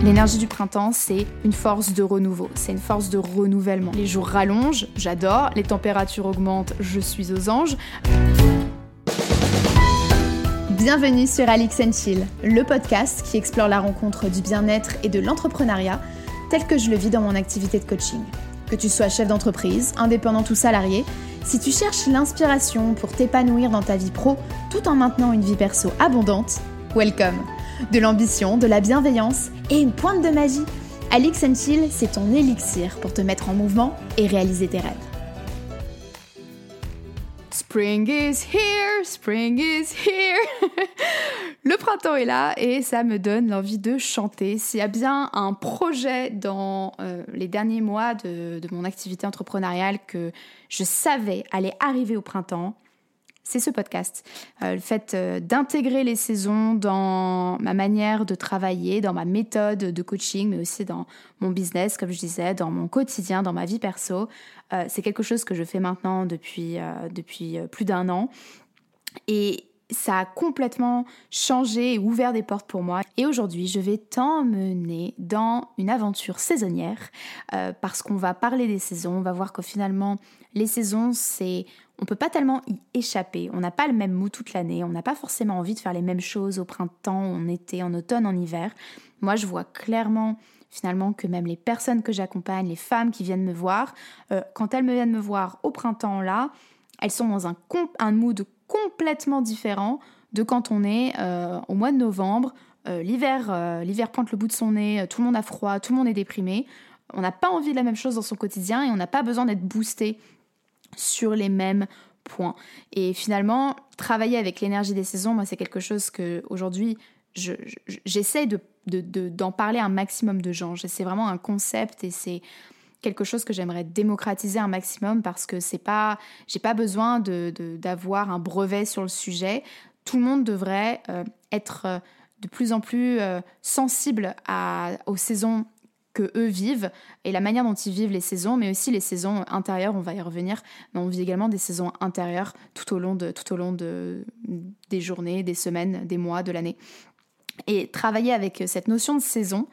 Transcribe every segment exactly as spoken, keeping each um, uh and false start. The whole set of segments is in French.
L'énergie du printemps, c'est une force de renouveau, c'est une force de renouvellement. Les jours rallongent, j'adore, les températures augmentent, je suis aux anges. Bienvenue sur Alix and Chill, le podcast qui explore la rencontre du bien-être et de l'entrepreneuriat tel que je le vis dans mon activité de coaching. Que tu sois chef d'entreprise, indépendant ou salarié, si tu cherches l'inspiration pour t'épanouir dans ta vie pro tout en maintenant une vie perso abondante, welcome. De l'ambition, de la bienveillance et une pointe de magie, Alix and Chill, c'est ton élixir pour te mettre en mouvement et réaliser tes rêves. Spring is here, spring is here. Le printemps est là et ça me donne l'envie de chanter. S'il y a bien un projet dans euh, les derniers mois de, de mon activité entrepreneuriale que je savais allait arriver au printemps, c'est ce podcast. Euh, le fait euh, d'intégrer les saisons dans ma manière de travailler, dans ma méthode de coaching, mais aussi dans mon business, comme je disais, dans mon quotidien, dans ma vie perso. Euh, c'est quelque chose que je fais maintenant depuis, euh, depuis euh, plus d'un an. Et ça a complètement changé et ouvert des portes pour moi. Et aujourd'hui, je vais t'emmener dans une aventure saisonnière euh, parce qu'on va parler des saisons. On va voir que finalement, les saisons, c'est... on peut pas tellement y échapper. On n'a pas le même mood toute l'année. On n'a pas forcément envie de faire les mêmes choses au printemps, en été, en automne, en hiver. Moi, je vois clairement finalement que même les personnes que j'accompagne, les femmes qui viennent me voir, euh, quand elles me viennent me voir au printemps là, elles sont dans un, comp- un mood complètement différent de quand on est euh, au mois de novembre. Euh, l'hiver, euh, l'hiver pointe le bout de son nez, tout le monde a froid, tout le monde est déprimé. On n'a pas envie de la même chose dans son quotidien et on n'a pas besoin d'être boosté sur les mêmes points. Et finalement, travailler avec l'énergie des saisons, moi, c'est quelque chose que aujourd'hui, je, je, j'essaie de, de, de, d'en parler à un maximum de gens. C'est vraiment un concept et c'est quelque chose que j'aimerais démocratiser un maximum parce que c'est pas, j'ai pas besoin de, de, d'avoir un brevet sur le sujet. Tout le monde devrait euh, être de plus en plus euh, sensible à, aux saisons que eux vivent et la manière dont ils vivent les saisons, mais aussi les saisons intérieures, on va y revenir, mais on vit également des saisons intérieures tout au long, de, tout au long de, des journées, des semaines, des mois, de l'année. Et travailler avec cette notion de saison,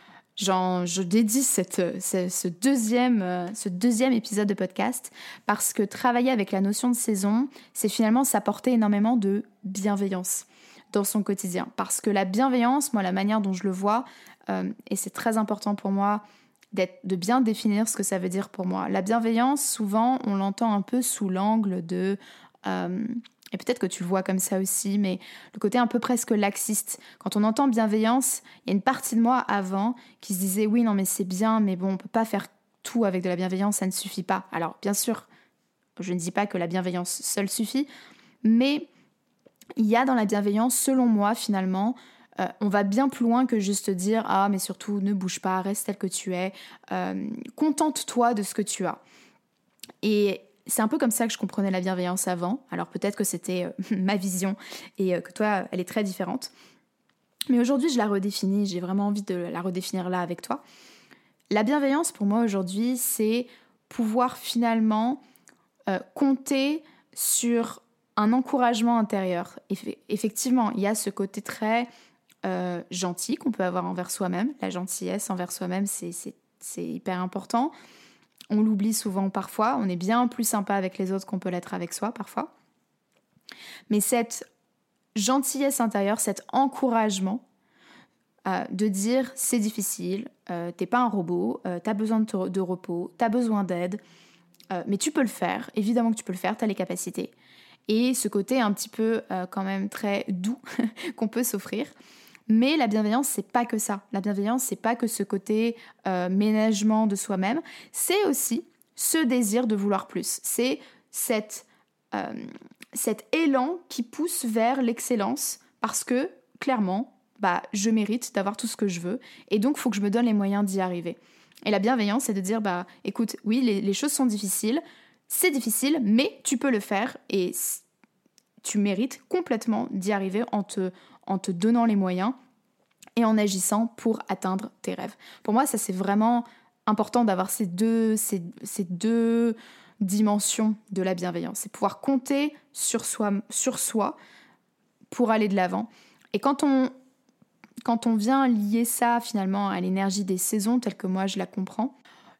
genre, je dédie cette, ce, ce, deuxième, ce deuxième épisode de podcast parce que travailler avec la notion de saison, c'est finalement s'apporter énormément de bienveillance dans son quotidien. Parce que la bienveillance, moi, la manière dont je le vois, Euh, et c'est très important pour moi d'être, de bien définir ce que ça veut dire pour moi. La bienveillance, souvent, on l'entend un peu sous l'angle de... Euh, et peut-être que tu le vois comme ça aussi, mais le côté un peu presque laxiste. Quand on entend bienveillance, il y a une partie de moi avant qui se disait « Oui, non, mais c'est bien, mais bon, on ne peut pas faire tout avec de la bienveillance, ça ne suffit pas. » Alors, bien sûr, je ne dis pas que la bienveillance seule suffit, mais il y a dans la bienveillance, selon moi, finalement... Euh, on va bien plus loin que juste dire « Ah, mais surtout, ne bouge pas, reste tel que tu es, euh, contente-toi de ce que tu as. » Et c'est un peu comme ça que je comprenais la bienveillance avant. Alors peut-être que c'était euh, ma vision et euh, que toi, elle est très différente. Mais aujourd'hui, je la redéfinis, j'ai vraiment envie de la redéfinir là avec toi. La bienveillance, pour moi, aujourd'hui, c'est pouvoir finalement euh, compter sur un encouragement intérieur. Eff- effectivement, il y a ce côté très... Euh, gentil qu'on peut avoir envers soi-même. La gentillesse envers soi-même, c'est, c'est, c'est hyper important. On l'oublie souvent parfois. On est bien plus sympa avec les autres qu'on peut l'être avec soi parfois. Mais cette gentillesse intérieure, cet encouragement euh, de dire c'est difficile, euh, t'es pas un robot, euh, t'as besoin de, te, de repos, t'as besoin d'aide, euh, mais tu peux le faire. Évidemment que tu peux le faire, t'as les capacités. Et ce côté un petit peu euh, quand même très doux qu'on peut s'offrir. Mais la bienveillance, c'est pas que ça. La bienveillance, c'est pas que ce côté euh, ménagement de soi-même. C'est aussi ce désir de vouloir plus. C'est cette, euh, cet élan qui pousse vers l'excellence parce que, clairement, bah, je mérite d'avoir tout ce que je veux et donc, il faut que je me donne les moyens d'y arriver. Et la bienveillance, c'est de dire, bah, écoute, oui, les, les choses sont difficiles, c'est difficile, mais tu peux le faire et tu mérites complètement d'y arriver en te... en te donnant les moyens et en agissant pour atteindre tes rêves. Pour moi, ça, c'est vraiment important d'avoir ces deux, ces, ces deux dimensions de la bienveillance. C'est pouvoir compter sur soi, sur soi pour aller de l'avant. Et quand on quand on vient lier ça finalement à l'énergie des saisons telle que moi je la comprends,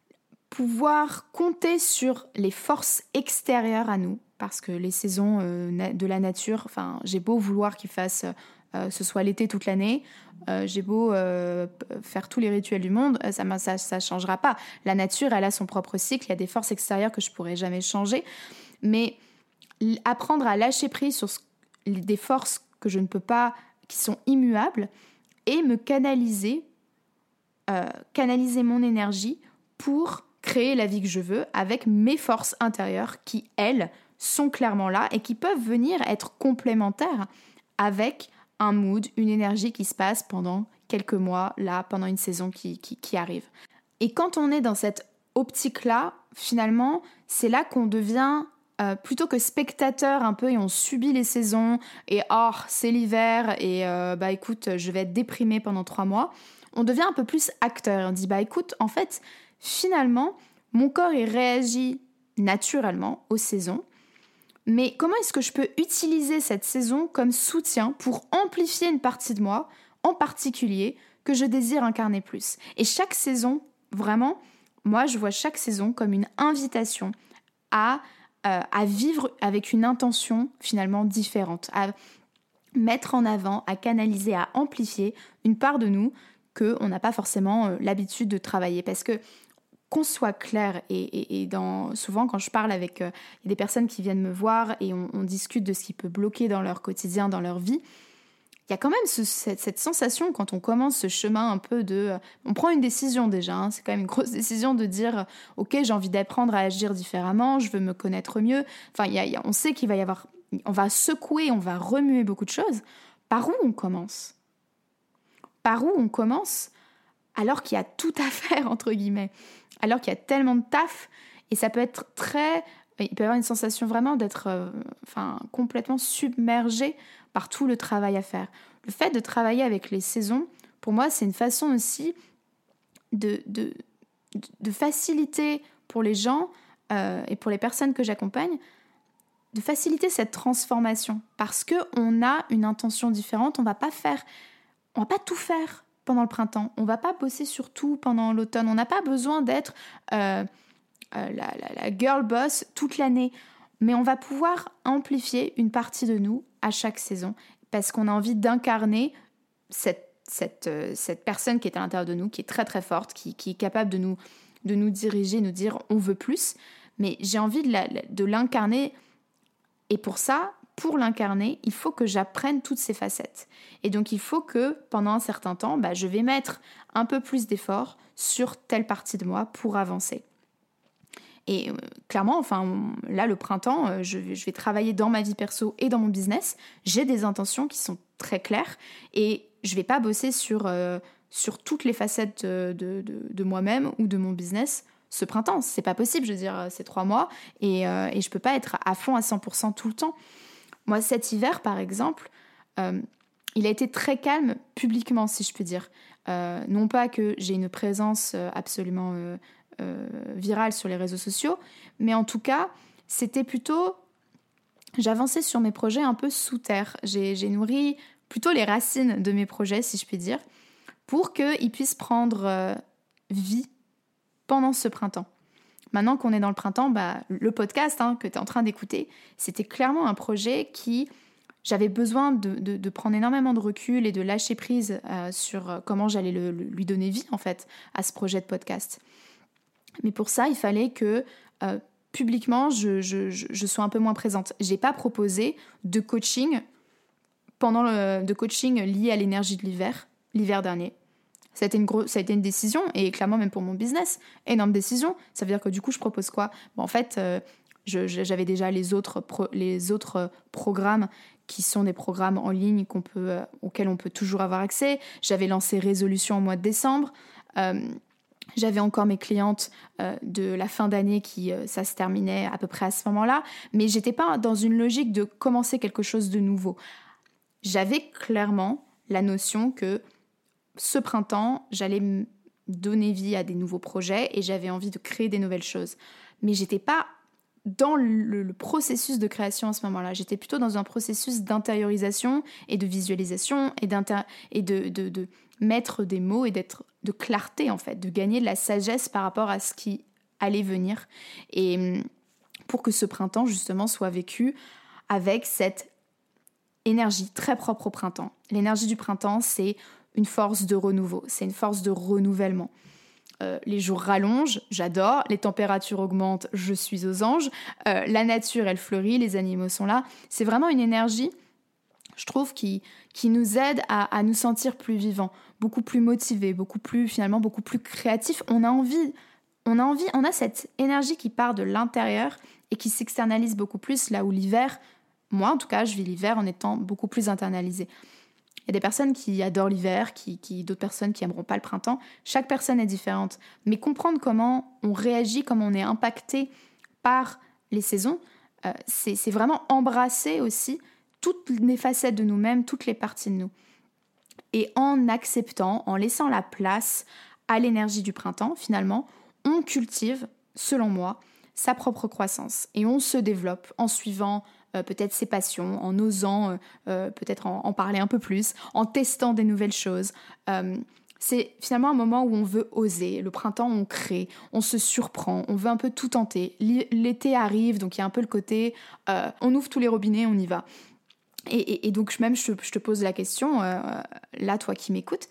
pouvoir compter sur les forces extérieures à nous, parce que les saisons euh, de la nature, enfin, j'ai beau vouloir qu'il fasse, euh, ce soit l'été toute l'année, euh, j'ai beau euh, faire tous les rituels du monde, ça ne ça, ça changera pas. La nature, elle a son propre cycle, il y a des forces extérieures que je ne pourrai jamais changer, mais apprendre à lâcher prise sur ce, des forces que je ne peux pas, qui sont immuables, et me canaliser, euh, canaliser mon énergie pour créer la vie que je veux avec mes forces intérieures qui, elles, sont clairement là et qui peuvent venir être complémentaires avec un mood, une énergie qui se passe pendant quelques mois, là, pendant une saison qui, qui, qui arrive. Et quand on est dans cette optique-là, finalement, c'est là qu'on devient, euh, plutôt que spectateur un peu, et on subit les saisons, et oh, c'est l'hiver, et euh, bah écoute, je vais être déprimée pendant trois mois, on devient un peu plus acteur, et on dit, bah écoute, en fait, finalement, mon corps, il réagit naturellement aux saisons, mais comment est-ce que je peux utiliser cette saison comme soutien pour amplifier une partie de moi, en particulier, que je désire incarner plus? Et chaque saison, vraiment, moi, je vois chaque saison comme une invitation à, euh, à vivre avec une intention finalement différente, à mettre en avant, à canaliser, à amplifier une part de nous qu'on n'a pas forcément euh, l'habitude de travailler. Parce que qu'on soit clair, et, et, et dans, souvent quand je parle avec euh, y a des personnes qui viennent me voir et on, on discute de ce qui peut bloquer dans leur quotidien, dans leur vie, il y a quand même ce, cette, cette sensation quand on commence ce chemin un peu de... Euh, on prend une décision déjà, hein, c'est quand même une grosse décision de dire euh, « Ok, j'ai envie d'apprendre à agir différemment, je veux me connaître mieux. » Enfin, y a, y a, on sait qu'il va y avoir... On va secouer, on va remuer beaucoup de choses. Par où on commence ? Par où on commence alors qu'il y a tout à faire, entre guillemets, alors qu'il y a tellement de taf, et ça peut être très... Il peut y avoir une sensation vraiment d'être euh, enfin, complètement submergé par tout le travail à faire. Le fait de travailler avec les saisons, pour moi, c'est une façon aussi de, de, de faciliter pour les gens euh, et pour les personnes que j'accompagne, de faciliter cette transformation, parce qu'on a une intention différente, on va pas faire, on va pas tout faire pendant le printemps, on va pas bosser sur tout pendant l'automne, on n'a pas besoin d'être euh, euh, la, la, la girl boss toute l'année, mais on va pouvoir amplifier une partie de nous à chaque saison, parce qu'on a envie d'incarner cette, cette, euh, cette personne qui est à l'intérieur de nous, qui est très très forte, qui, qui est capable de nous, de nous diriger, nous dire on veut plus, mais j'ai envie de, la, de l'incarner, et pour ça, pour l'incarner, il faut que j'apprenne toutes ces facettes. Et donc, il faut que, pendant un certain temps, bah, je vais mettre un peu plus d'efforts sur telle partie de moi pour avancer. Et euh, clairement, enfin, là, le printemps, euh, je, je vais travailler dans ma vie perso et dans mon business. J'ai des intentions qui sont très claires et je ne vais pas bosser sur, euh, sur toutes les facettes de, de, de, de moi-même ou de mon business ce printemps. C'est pas possible, je veux dire, c'est trois mois et, euh, et je ne peux pas être à fond à cent pour cent tout le temps. Moi, cet hiver, par exemple, euh, il a été très calme publiquement, si je peux dire. Euh, non pas que j'ai une présence absolument euh, euh, virale sur les réseaux sociaux, mais en tout cas, c'était plutôt... J'avançais sur mes projets un peu sous terre. J'ai, j'ai nourri plutôt les racines de mes projets, si je puis dire, pour qu'ils puissent prendre euh, vie pendant ce printemps. Maintenant qu'on est dans le printemps, bah, le podcast hein, que tu es en train d'écouter, c'était clairement un projet qui... J'avais besoin de, de, de prendre énormément de recul et de lâcher prise euh, sur comment j'allais le, le, lui donner vie, en fait, à ce projet de podcast. Mais pour ça, il fallait que, euh, publiquement, je, je, je, je sois un peu moins présente. Je n'ai pas proposé de coaching, pendant le, de coaching lié à l'énergie de l'hiver, l'hiver dernier. Ça a été une gros, ça a été une décision, et clairement même pour mon business, énorme décision. Ça veut dire que du coup, je propose quoi ? Bon, en fait, euh, je, je, j'avais déjà les autres, pro, les autres programmes qui sont des programmes en ligne qu'on peut, euh, auxquels on peut toujours avoir accès. J'avais lancé Résolution au mois de décembre. Euh, j'avais encore mes clientes euh, de la fin d'année qui, euh, ça se terminait à peu près à ce moment-là. Mais j'étais pas dans une logique de commencer quelque chose de nouveau. J'avais clairement la notion que ce printemps, j'allais me donner vie à des nouveaux projets et j'avais envie de créer des nouvelles choses. Mais j'étais pas dans le, le processus de création à ce moment-là. J'étais plutôt dans un processus d'intériorisation et de visualisation et, et de, de, de mettre des mots et d'être de clarté en fait, de gagner de la sagesse par rapport à ce qui allait venir. Et pour que ce printemps justement soit vécu avec cette énergie très propre au printemps. L'énergie du printemps, c'est une force de renouveau, c'est une force de renouvellement. Euh, les jours rallongent, j'adore, les températures augmentent, je suis aux anges, euh, la nature elle fleurit, les animaux sont là. C'est vraiment une énergie, je trouve, qui, qui nous aide à, à nous sentir plus vivants, beaucoup plus motivés, beaucoup plus finalement beaucoup plus créatifs. On a envie, on a envie, on a cette énergie qui part de l'intérieur et qui s'externalise beaucoup plus, là où l'hiver, moi en tout cas, je vis l'hiver en étant beaucoup plus internalisée. Il y a des personnes qui adorent l'hiver, qui, qui, d'autres personnes qui n'aimeront pas le printemps. Chaque personne est différente. Mais comprendre comment on réagit, comment on est impacté par les saisons, euh, c'est, c'est vraiment embrasser aussi toutes les facettes de nous-mêmes, toutes les parties de nous. Et en acceptant, en laissant la place à l'énergie du printemps, finalement, on cultive, selon moi, sa propre croissance. Et on se développe en suivant Euh, peut-être ses passions, en osant euh, euh, peut-être en, en parler un peu plus, en testant des nouvelles choses. Euh, c'est finalement un moment où on veut oser. Le printemps, on crée, on se surprend, on veut un peu tout tenter. L'été arrive, donc il y a un peu le côté euh, on ouvre tous les robinets, on y va. Et, et, et donc même je, je te pose la question, euh, là toi qui m'écoutes,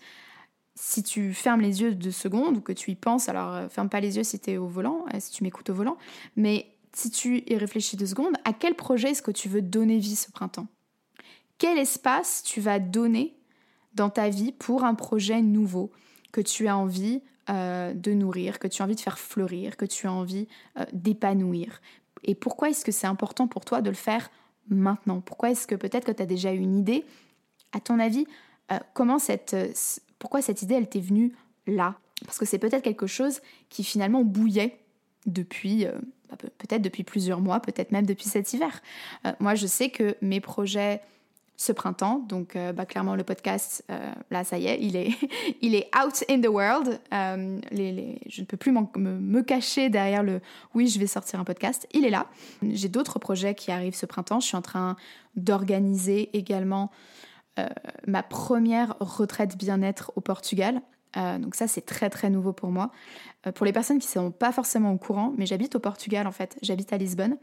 si tu fermes les yeux deux secondes ou que tu y penses, alors euh, ferme pas les yeux si tu es au volant, euh, si tu m'écoutes au volant, mais si tu y réfléchis deux secondes, à quel projet est-ce que tu veux donner vie ce printemps ? Quel espace tu vas donner dans ta vie pour un projet nouveau que tu as envie euh, de nourrir, que tu as envie de faire fleurir, que tu as envie euh, d'épanouir ? Et pourquoi est-ce que c'est important pour toi de le faire maintenant ? Pourquoi est-ce que peut-être que tu as déjà eu une idée ? À ton avis, euh, comment cette, euh, pourquoi cette idée elle t'est venue là ? Parce que c'est peut-être quelque chose qui finalement bouillait depuis... Euh, peut-être depuis plusieurs mois, peut-être même depuis cet hiver. Euh, moi, je sais que mes projets ce printemps, donc euh, bah, clairement le podcast, euh, là, ça y est, il est, il est out in the world. Euh, les, les, je ne peux plus me, me cacher derrière le « oui, je vais sortir un podcast ». Il est là. J'ai d'autres projets qui arrivent ce printemps. Je suis en train d'organiser également euh, ma première retraite bien-être au Portugal. Euh, donc ça, c'est très très nouveau pour moi. Euh, pour les personnes qui ne sont pas forcément au courant, mais j'habite au Portugal en fait, j'habite à Lisbonne.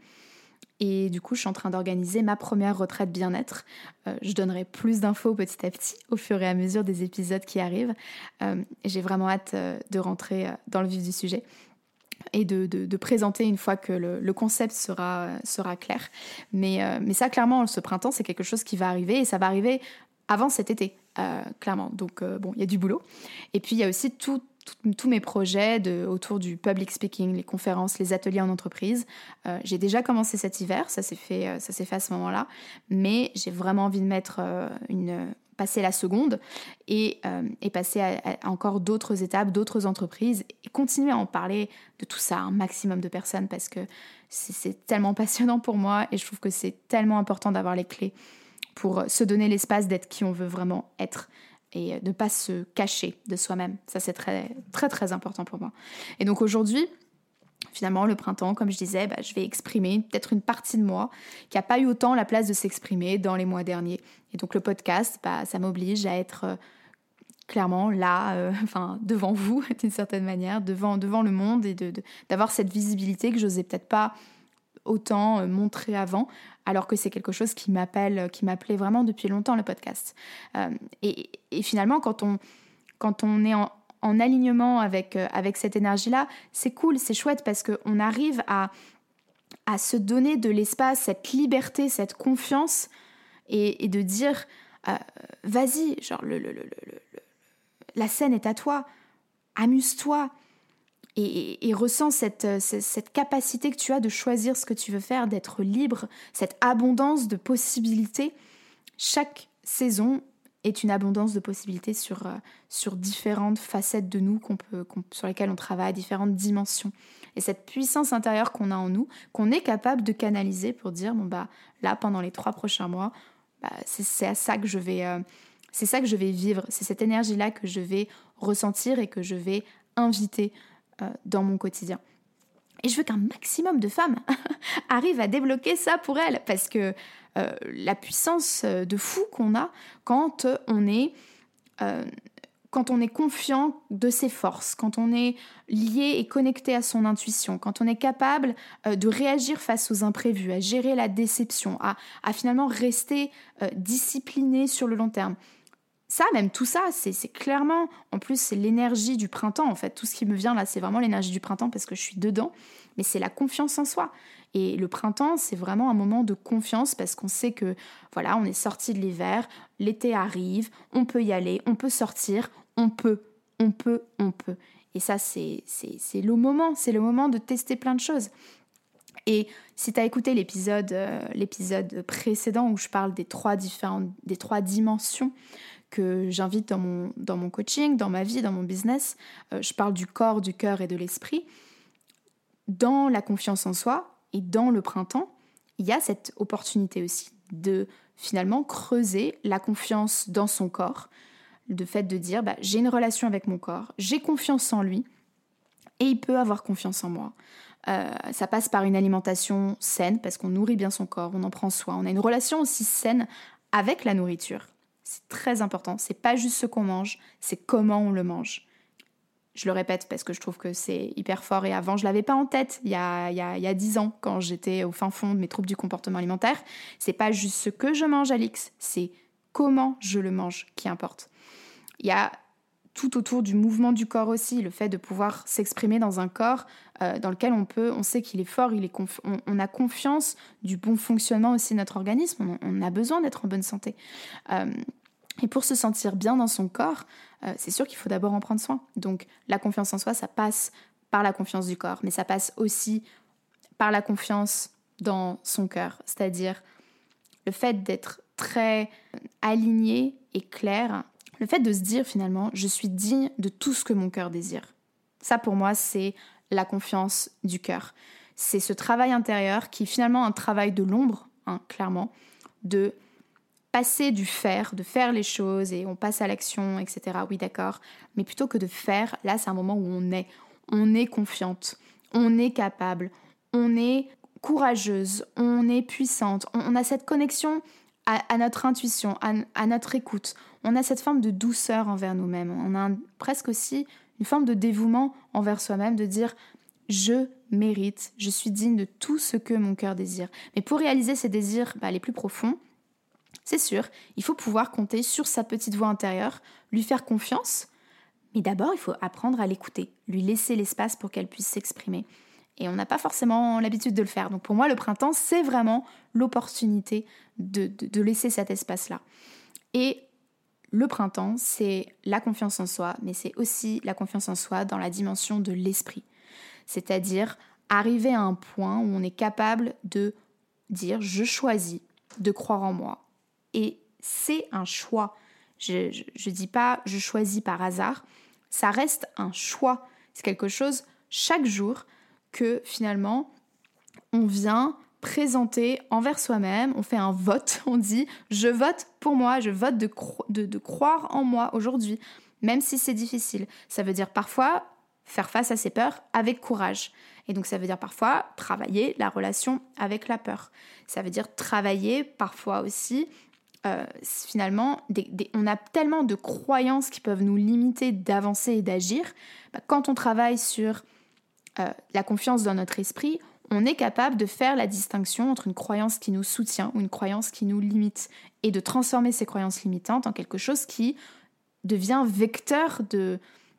Et du coup, je suis en train d'organiser ma première retraite bien-être. Euh, je donnerai plus d'infos petit à petit au fur et à mesure des épisodes qui arrivent. Euh, j'ai vraiment hâte euh, de rentrer euh, dans le vif du sujet et de, de, de présenter une fois que le, le concept sera, euh, sera clair. Mais, euh, mais ça, clairement, ce printemps, c'est quelque chose qui va arriver et ça va arriver avant cet été. Euh, clairement, donc euh, bon, il y a du boulot. Et puis il y a aussi tous mes projets de, autour du public speaking, les conférences, les ateliers en entreprise. Euh, j'ai déjà commencé cet hiver, ça s'est fait, euh, ça s'est fait à ce moment-là, mais j'ai vraiment envie de mettre euh, une, passer la seconde et, euh, et passer à, à encore d'autres étapes, d'autres entreprises et continuer à en parler de tout ça à un maximum de personnes parce que c'est, c'est tellement passionnant pour moi et je trouve que c'est tellement important d'avoir les clés pour se donner l'espace d'être qui on veut vraiment être et de ne pas se cacher de soi-même. Ça, c'est très, très, très important pour moi. Et donc aujourd'hui, finalement, le printemps, comme je disais, bah, je vais exprimer peut-être une partie de moi qui n'a pas eu autant la place de s'exprimer dans les mois derniers. Et donc le podcast, bah, ça m'oblige à être euh, clairement là, euh, enfin, devant vous, d'une certaine manière, devant, devant le monde et de, de, d'avoir cette visibilité que je n'osais peut-être pas autant euh, montrer avant, alors que c'est quelque chose qui m'appelle, qui m'appelait vraiment depuis longtemps, le podcast. Euh, et, et finalement, quand on, quand on est en, en alignement avec, euh, avec cette énergie-là, c'est cool, c'est chouette, parce qu'on arrive à, à se donner de l'espace, cette liberté, cette confiance, et, et de dire, euh, vas-y, genre, le, le, le, le, le, la scène est à toi, amuse-toi, Et, et, et ressens cette, cette, cette capacité que tu as de choisir ce que tu veux faire, d'être libre, cette abondance de possibilités. Chaque saison est une abondance de possibilités sur, euh, sur différentes facettes de nous qu'on peut, qu'on, sur lesquelles on travaille, différentes dimensions. Et cette puissance intérieure qu'on a en nous, qu'on est capable de canaliser pour dire, bon bah là, pendant les trois prochains mois, bah, c'est, c'est à ça que je vais, euh, c'est ça que je vais vivre, c'est cette énergie-là que je vais ressentir et que je vais inviter dans mon quotidien. Et je veux qu'un maximum de femmes arrivent à débloquer ça pour elles, parce que euh, la puissance de fou qu'on a quand on est, euh, quand on est confiant de ses forces, quand on est lié et connecté à son intuition, quand on est capable euh, de réagir face aux imprévus, à gérer la déception, à, à finalement rester euh, discipliné sur le long terme. Ça, même tout ça, c'est, c'est clairement, en plus, c'est l'énergie du printemps, en fait. Tout ce qui me vient là, c'est vraiment l'énergie du printemps parce que je suis dedans, mais c'est la confiance en soi. Et le printemps, c'est vraiment un moment de confiance parce qu'on sait que, voilà, on est sorti de l'hiver, l'été arrive, on peut y aller, on peut sortir, on peut, on peut, on peut. Et ça, c'est, c'est, c'est le moment, c'est le moment de tester plein de choses. Et si tu as écouté l'épisode, euh, l'épisode précédent où je parle des trois, différentes, des trois dimensions que j'invite dans mon, dans mon coaching, dans ma vie, dans mon business, euh, je parle du corps, du cœur et de l'esprit. Dans la confiance en soi et dans le printemps, il y a cette opportunité aussi de finalement creuser la confiance dans son corps, le fait de dire bah, j'ai une relation avec mon corps, j'ai confiance en lui et il peut avoir confiance en moi. Euh, ça passe par une alimentation saine parce qu'on nourrit bien son corps, on en prend soin. On a une relation aussi saine avec la nourriture. C'est très important. C'est pas juste ce qu'on mange, c'est comment on le mange. Je le répète parce que je trouve que c'est hyper fort et avant je l'avais pas en tête il y a, il y a, il y a dix ans quand j'étais au fin fond de mes troubles du comportement alimentaire. C'est pas juste ce que je mange, Alix, c'est comment je le mange qui importe. Il y a tout autour du mouvement du corps aussi, le fait de pouvoir s'exprimer dans un corps euh, dans lequel on peut, on sait qu'il est fort, il est conf- on, on a confiance du bon fonctionnement aussi de notre organisme, on, on a besoin d'être en bonne santé. Euh, et pour se sentir bien dans son corps, euh, c'est sûr qu'il faut d'abord en prendre soin. Donc la confiance en soi, ça passe par la confiance du corps, mais ça passe aussi par la confiance dans son cœur, c'est-à-dire le fait d'être très aligné et clair. Le fait de se dire finalement, je suis digne de tout ce que mon cœur désire. Ça pour moi, c'est la confiance du cœur. C'est ce travail intérieur qui est finalement un travail de l'ombre, hein, clairement, de passer du faire, de faire les choses et on passe à l'action, et cetera. Oui, d'accord. Mais plutôt que de faire, là, c'est un moment où on est. On est confiante, on est capable, on est courageuse, on est puissante, on, on a cette connexion à, à notre intuition, à, à notre écoute. On a cette forme de douceur envers nous-mêmes. On a un, presque aussi une forme de dévouement envers soi-même, de dire « je mérite, je suis digne de tout ce que mon cœur désire ». Mais pour réaliser ces désirs bah, les plus profonds, c'est sûr, il faut pouvoir compter sur sa petite voix intérieure, lui faire confiance, mais d'abord il faut apprendre à l'écouter, lui laisser l'espace pour qu'elle puisse s'exprimer. Et on n'a pas forcément l'habitude de le faire. Donc pour moi, le printemps, c'est vraiment l'opportunité de, de, de laisser cet espace-là. Et le printemps, c'est la confiance en soi, mais c'est aussi la confiance en soi dans la dimension de l'esprit. C'est-à-dire arriver à un point où on est capable de dire « je choisis de croire en moi ». Et c'est un choix. Je ne dis pas « je choisis par hasard », ça reste un choix. C'est quelque chose, chaque jour, que finalement, on vient présenter envers soi-même, on fait un vote, on dit « je vote pour moi, je vote de, cro- de, de croire en moi aujourd'hui », même si c'est difficile. Ça veut dire parfois faire face à ses peurs avec courage. Et donc ça veut dire parfois travailler la relation avec la peur. Ça veut dire travailler parfois aussi, euh, finalement, des, des, on a tellement de croyances qui peuvent nous limiter d'avancer et d'agir. Bah, quand on travaille sur euh, la confiance dans notre esprit, on est capable de faire la distinction entre une croyance qui nous soutient ou une croyance qui nous limite et de transformer ces croyances limitantes en quelque chose qui devient vecteur de,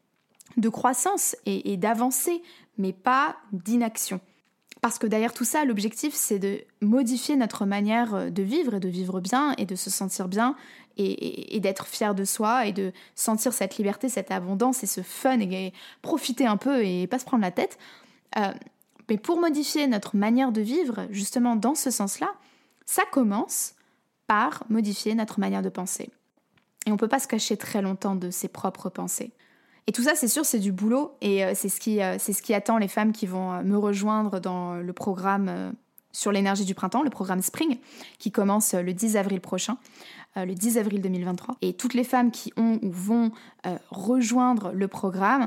de croissance et, et d'avancée, mais pas d'inaction. Parce que derrière tout ça, l'objectif, c'est de modifier notre manière de vivre et de vivre bien et de se sentir bien et, et, et d'être fier de soi et de sentir cette liberté, cette abondance et ce fun et, et profiter un peu et pas se prendre la tête. Euh, mais pour modifier notre manière de vivre, justement dans ce sens-là, ça commence par modifier notre manière de penser. Et on ne peut pas se cacher très longtemps de ses propres pensées. Et tout ça, c'est sûr, c'est du boulot et euh, c'est ce qui, euh, c'est ce qui attend les femmes qui vont euh, me rejoindre dans le programme euh, sur l'énergie du printemps, le programme Spring, qui commence euh, le dix avril prochain, euh, le dix avril deux mille vingt-trois. Et toutes les femmes qui ont ou vont euh, rejoindre le programme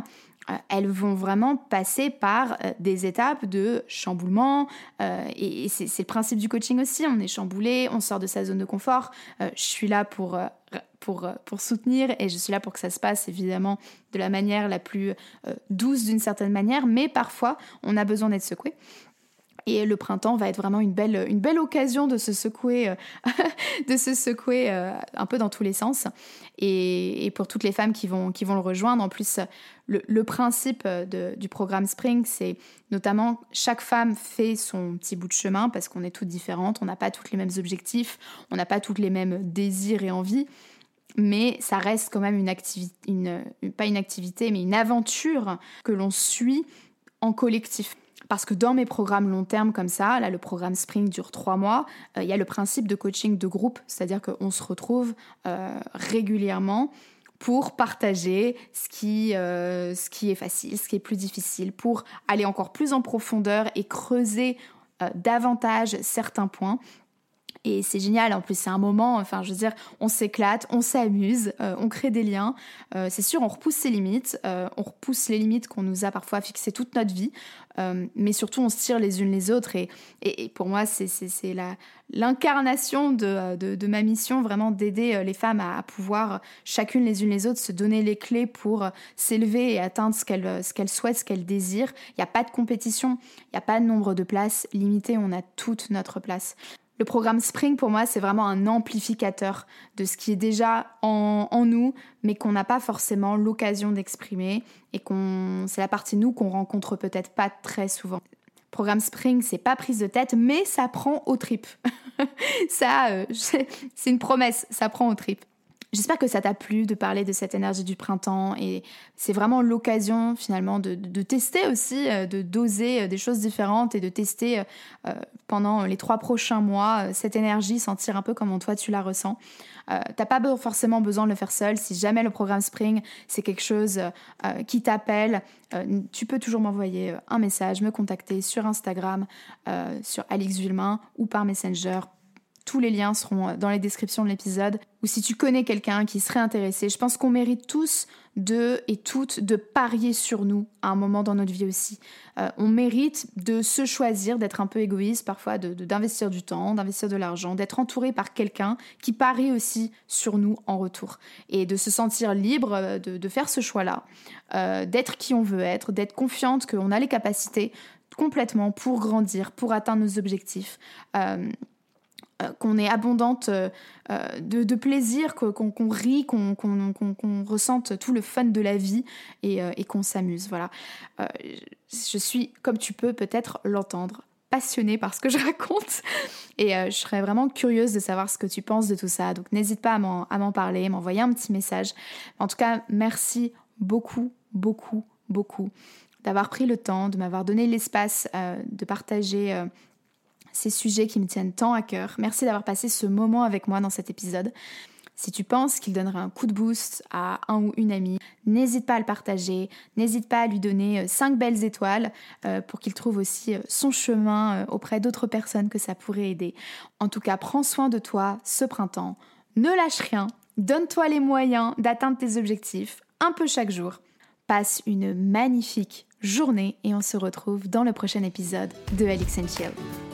euh, elles vont vraiment passer par euh, des étapes de chamboulement. Euh, et et c'est, c'est le principe du coaching aussi. On est chamboulé, on sort de sa zone de confort. Euh, je suis là pour, euh, pour, euh, pour soutenir et je suis là pour que ça se passe évidemment de la manière la plus euh, douce d'une certaine manière. Mais parfois, on a besoin d'être secoué. Et le printemps va être vraiment une belle, une belle occasion de se secouer, euh, de se secouer euh, un peu dans tous les sens. Et, et pour toutes les femmes qui vont, qui vont le rejoindre, en plus, le, le principe de, du programme Spring, c'est notamment chaque femme fait son petit bout de chemin parce qu'on est toutes différentes, on n'a pas toutes les mêmes objectifs, on n'a pas toutes les mêmes désirs et envies. Mais ça reste quand même une activité, une, pas une activité, mais une aventure que l'on suit en collectif. Parce que dans mes programmes long terme comme ça, là le programme Spring dure trois mois, il euh, y a le principe de coaching de groupe, c'est-à-dire qu'on se retrouve euh, régulièrement pour partager ce qui, euh, ce qui est facile, ce qui est plus difficile, pour aller encore plus en profondeur et creuser euh, davantage certains points. Et c'est génial, en plus c'est un moment, enfin je veux dire, on s'éclate, on s'amuse, euh, on crée des liens. Euh, c'est sûr, on repousse ses limites, euh, on repousse les limites qu'on nous a parfois fixées toute notre vie, euh, mais surtout on se tire les unes les autres. Et, et, et pour moi, c'est, c'est, c'est la, l'incarnation de, de, de ma mission, vraiment d'aider les femmes à, à pouvoir, chacune les unes les autres, se donner les clés pour s'élever et atteindre ce qu'elles, ce qu'elles souhaitent, ce qu'elles désirent. Il n'y a pas de compétition, il n'y a pas de nombre de places limitées, on a toute notre place. Le programme Spring, pour moi, c'est vraiment un amplificateur de ce qui est déjà en, en nous, mais qu'on n'a pas forcément l'occasion d'exprimer et qu'on, c'est la partie de nous qu'on rencontre peut-être pas très souvent. Programme Spring, c'est pas prise de tête, mais ça prend aux tripes. ça, euh, c'est une promesse, ça prend aux tripes. J'espère que ça t'a plu de parler de cette énergie du printemps et c'est vraiment l'occasion finalement de, de tester aussi, de doser des choses différentes et de tester euh, pendant les trois prochains mois cette énergie, sentir un peu comment toi tu la ressens. Euh, t'as pas forcément besoin de le faire seul. Si jamais le programme Spring c'est quelque chose euh, qui t'appelle, euh, tu peux toujours m'envoyer un message, me contacter sur Instagram, euh, sur Alix Villemain ou par Messenger. Tous les liens seront dans les descriptions de l'épisode. Ou si tu connais quelqu'un qui serait intéressé, je pense qu'on mérite tous de, et toutes de parier sur nous à un moment dans notre vie aussi. Euh, on mérite de se choisir, d'être un peu égoïste parfois, de, de, d'investir du temps, d'investir de l'argent, d'être entouré par quelqu'un qui parie aussi sur nous en retour. Et de se sentir libre de, de faire ce choix-là, euh, d'être qui on veut être, d'être confiante qu'on a les capacités complètement pour grandir, pour atteindre nos objectifs. Euh, Euh, qu'on est abondante euh, de, de plaisir, qu'on, qu'on rit, qu'on, qu'on, qu'on, qu'on ressente tout le fun de la vie et, euh, et qu'on s'amuse. Voilà. Euh, je suis, comme tu peux peut-être l'entendre, passionnée par ce que je raconte et euh, je serais vraiment curieuse de savoir ce que tu penses de tout ça. Donc n'hésite pas à m'en, à m'en parler, m'envoyer un petit message. En tout cas, merci beaucoup, beaucoup, beaucoup d'avoir pris le temps, de m'avoir donné l'espace euh, de partager euh, ces sujets qui me tiennent tant à cœur. Merci d'avoir passé ce moment avec moi dans cet épisode. Si tu penses qu'il donnerait un coup de boost à un ou une amie, n'hésite pas à le partager, n'hésite pas à lui donner cinq belles étoiles euh, pour qu'il trouve aussi son chemin auprès d'autres personnes que ça pourrait aider. En tout cas, prends soin de toi ce printemps, ne lâche rien, donne-toi les moyens d'atteindre tes objectifs un peu chaque jour. Passe une magnifique journée et on se retrouve dans le prochain épisode de Alix and Chill.